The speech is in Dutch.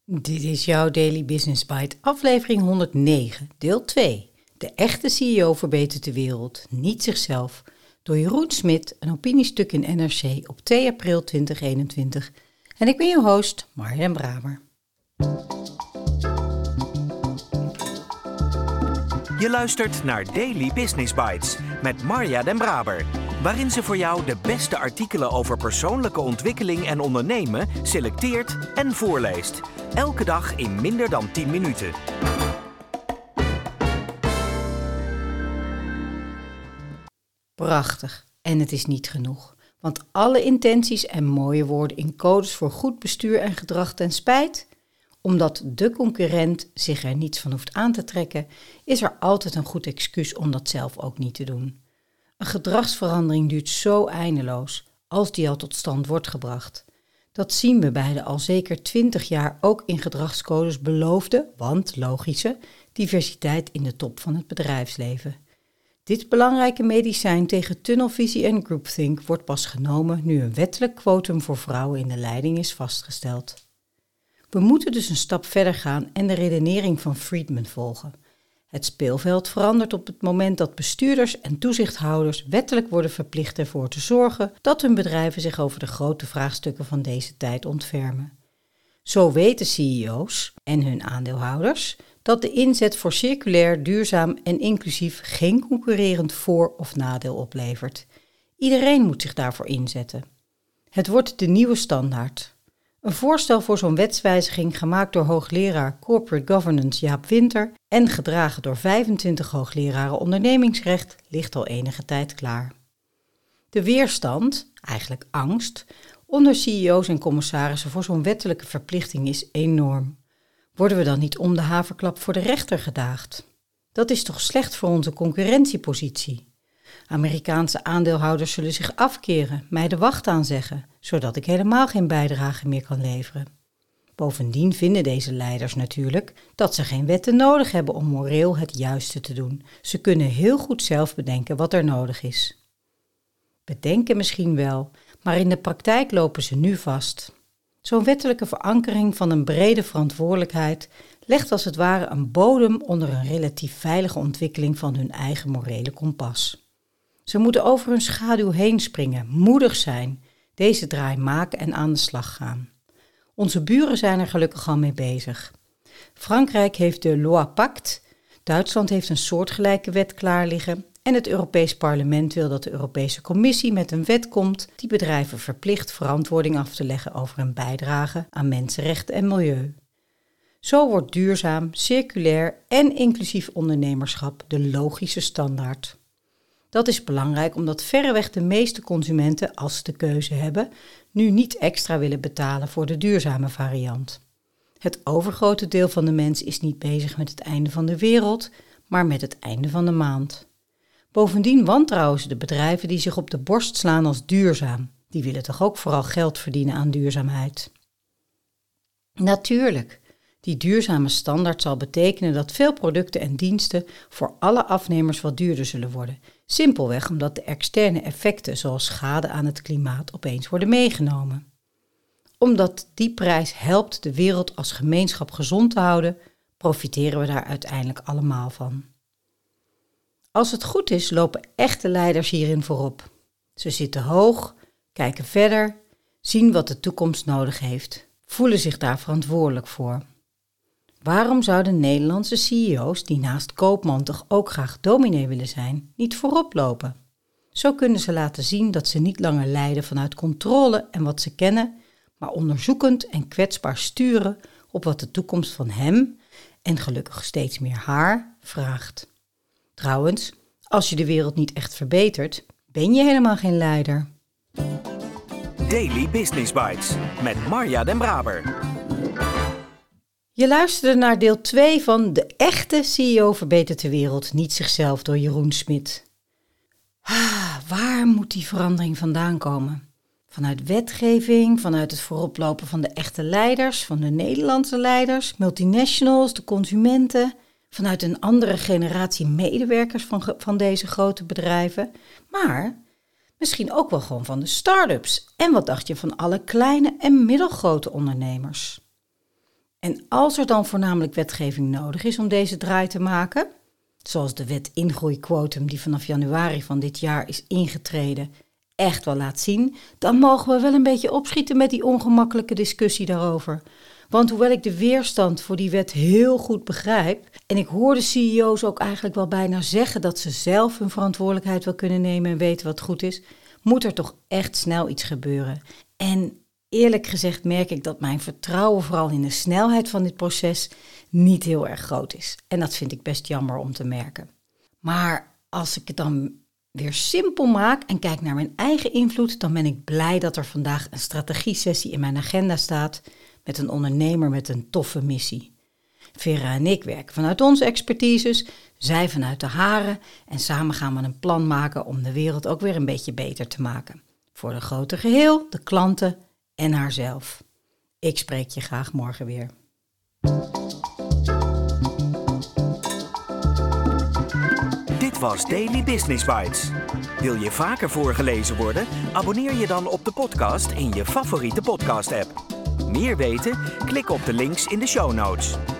Dit is jouw Daily Business Bite, aflevering 109, deel 2. De echte CEO verbetert de wereld, niet zichzelf. Door Jeroen Smit, een opiniestuk in NRC op 2 april 2021. En ik ben je host, Marja den Braber. Je luistert naar Daily Business Bites met Marja den Braber, waarin ze voor jou de beste artikelen over persoonlijke ontwikkeling en ondernemen selecteert en voorleest. Elke dag in minder dan 10 minuten. Prachtig. En het is niet genoeg. Want alle intenties en mooie woorden in codes voor goed bestuur en gedrag ten spijt, omdat de concurrent zich er niets van hoeft aan te trekken, is er altijd een goed excuus om dat zelf ook niet te doen. Een gedragsverandering duurt zo eindeloos, als die al tot stand wordt gebracht. Dat zien we bij de al zeker 20 jaar ook in gedragscodes beloofde, want logische, diversiteit in de top van het bedrijfsleven. Dit belangrijke medicijn tegen tunnelvisie en groupthink wordt pas genomen nu een wettelijk quotum voor vrouwen in de leiding is vastgesteld. We moeten dus een stap verder gaan en de redenering van Friedman volgen. Het speelveld verandert op het moment dat bestuurders en toezichthouders wettelijk worden verplicht ervoor te zorgen dat hun bedrijven zich over de grote vraagstukken van deze tijd ontfermen. Zo weten CEO's en hun aandeelhouders dat de inzet voor circulair, duurzaam en inclusief geen concurrerend voor- of nadeel oplevert. Iedereen moet zich daarvoor inzetten. Het wordt de nieuwe standaard. Een voorstel voor zo'n wetswijziging gemaakt door hoogleraar Corporate Governance Jaap Winter en gedragen door 25 hoogleraren ondernemingsrecht ligt al enige tijd klaar. De weerstand, eigenlijk angst, onder CEO's en commissarissen voor zo'n wettelijke verplichting is enorm. Worden we dan niet om de haverklap voor de rechter gedaagd? Dat is toch slecht voor onze concurrentiepositie? Amerikaanse aandeelhouders zullen zich afkeren, mij de wacht aanzeggen, zodat ik helemaal geen bijdrage meer kan leveren. Bovendien vinden deze leiders natuurlijk dat ze geen wetten nodig hebben om moreel het juiste te doen. Ze kunnen heel goed zelf bedenken wat er nodig is. Bedenken misschien wel, maar in de praktijk lopen ze nu vast. Zo'n wettelijke verankering van een brede verantwoordelijkheid legt als het ware een bodem onder een relatief veilige ontwikkeling van hun eigen morele kompas. Ze moeten over hun schaduw heen springen, moedig zijn, deze draai maken en aan de slag gaan. Onze buren zijn er gelukkig al mee bezig. Frankrijk heeft de Loi Pacte, Duitsland heeft een soortgelijke wet klaar liggen en het Europees Parlement wil dat de Europese Commissie met een wet komt die bedrijven verplicht verantwoording af te leggen over hun bijdrage aan mensenrechten en milieu. Zo wordt duurzaam, circulair en inclusief ondernemerschap de logische standaard. Dat is belangrijk omdat verreweg de meeste consumenten, als ze de keuze hebben, nu niet extra willen betalen voor de duurzame variant. Het overgrote deel van de mensen is niet bezig met het einde van de wereld, maar met het einde van de maand. Bovendien wantrouwen ze de bedrijven die zich op de borst slaan als duurzaam. Die willen toch ook vooral geld verdienen aan duurzaamheid. Natuurlijk, die duurzame standaard zal betekenen dat veel producten en diensten voor alle afnemers wat duurder zullen worden. Simpelweg omdat de externe effecten zoals schade aan het klimaat opeens worden meegenomen. Omdat die prijs helpt de wereld als gemeenschap gezond te houden, profiteren we daar uiteindelijk allemaal van. Als het goed is, lopen echte leiders hierin voorop. Ze zitten hoog, kijken verder, zien wat de toekomst nodig heeft, voelen zich daar verantwoordelijk voor. Waarom zouden Nederlandse CEO's, die naast koopman toch ook graag dominee willen zijn, niet voorop lopen? Zo kunnen ze laten zien dat ze niet langer leiden vanuit controle en wat ze kennen, maar onderzoekend en kwetsbaar sturen op wat de toekomst van hem, en gelukkig steeds meer haar, vraagt. Trouwens, als je de wereld niet echt verbetert, ben je helemaal geen leider. Daily Business Bites met Marja den Braber. Je luisterde naar deel 2 van De echte CEO verbetert de wereld, niet zichzelf, door Jeroen Smit. Waar moet die verandering vandaan komen? Vanuit wetgeving, vanuit het vooroplopen van de echte leiders, van de Nederlandse leiders, multinationals, de consumenten, vanuit een andere generatie medewerkers van deze grote bedrijven, maar misschien ook wel gewoon van de start-ups. En wat dacht je van alle kleine en middelgrote ondernemers? En als er dan voornamelijk wetgeving nodig is om deze draai te maken, zoals de wet ingroeiquotum die vanaf januari van dit jaar is ingetreden, echt wel laat zien, dan mogen we wel een beetje opschieten met die ongemakkelijke discussie daarover. Want hoewel ik de weerstand voor die wet heel goed begrijp, en ik hoor de CEO's ook eigenlijk wel bijna zeggen dat ze zelf hun verantwoordelijkheid wel kunnen nemen en weten wat goed is, moet er toch echt snel iets gebeuren. En eerlijk gezegd merk ik dat mijn vertrouwen vooral in de snelheid van dit proces niet heel erg groot is. En dat vind ik best jammer om te merken. Maar als ik het dan weer simpel maak en kijk naar mijn eigen invloed, dan ben ik blij dat er vandaag een strategiesessie in mijn agenda staat met een ondernemer met een toffe missie. Vera en ik werken vanuit onze expertises, zij vanuit de hare en samen gaan we een plan maken om de wereld ook weer een beetje beter te maken. Voor het grote geheel, de klanten en haarzelf. Ik spreek je graag morgen weer. Dit was Daily Business Bites. Wil je vaker voorgelezen worden? Abonneer je dan op de podcast in je favoriete podcast-app. Meer weten? Klik op de links in de show notes.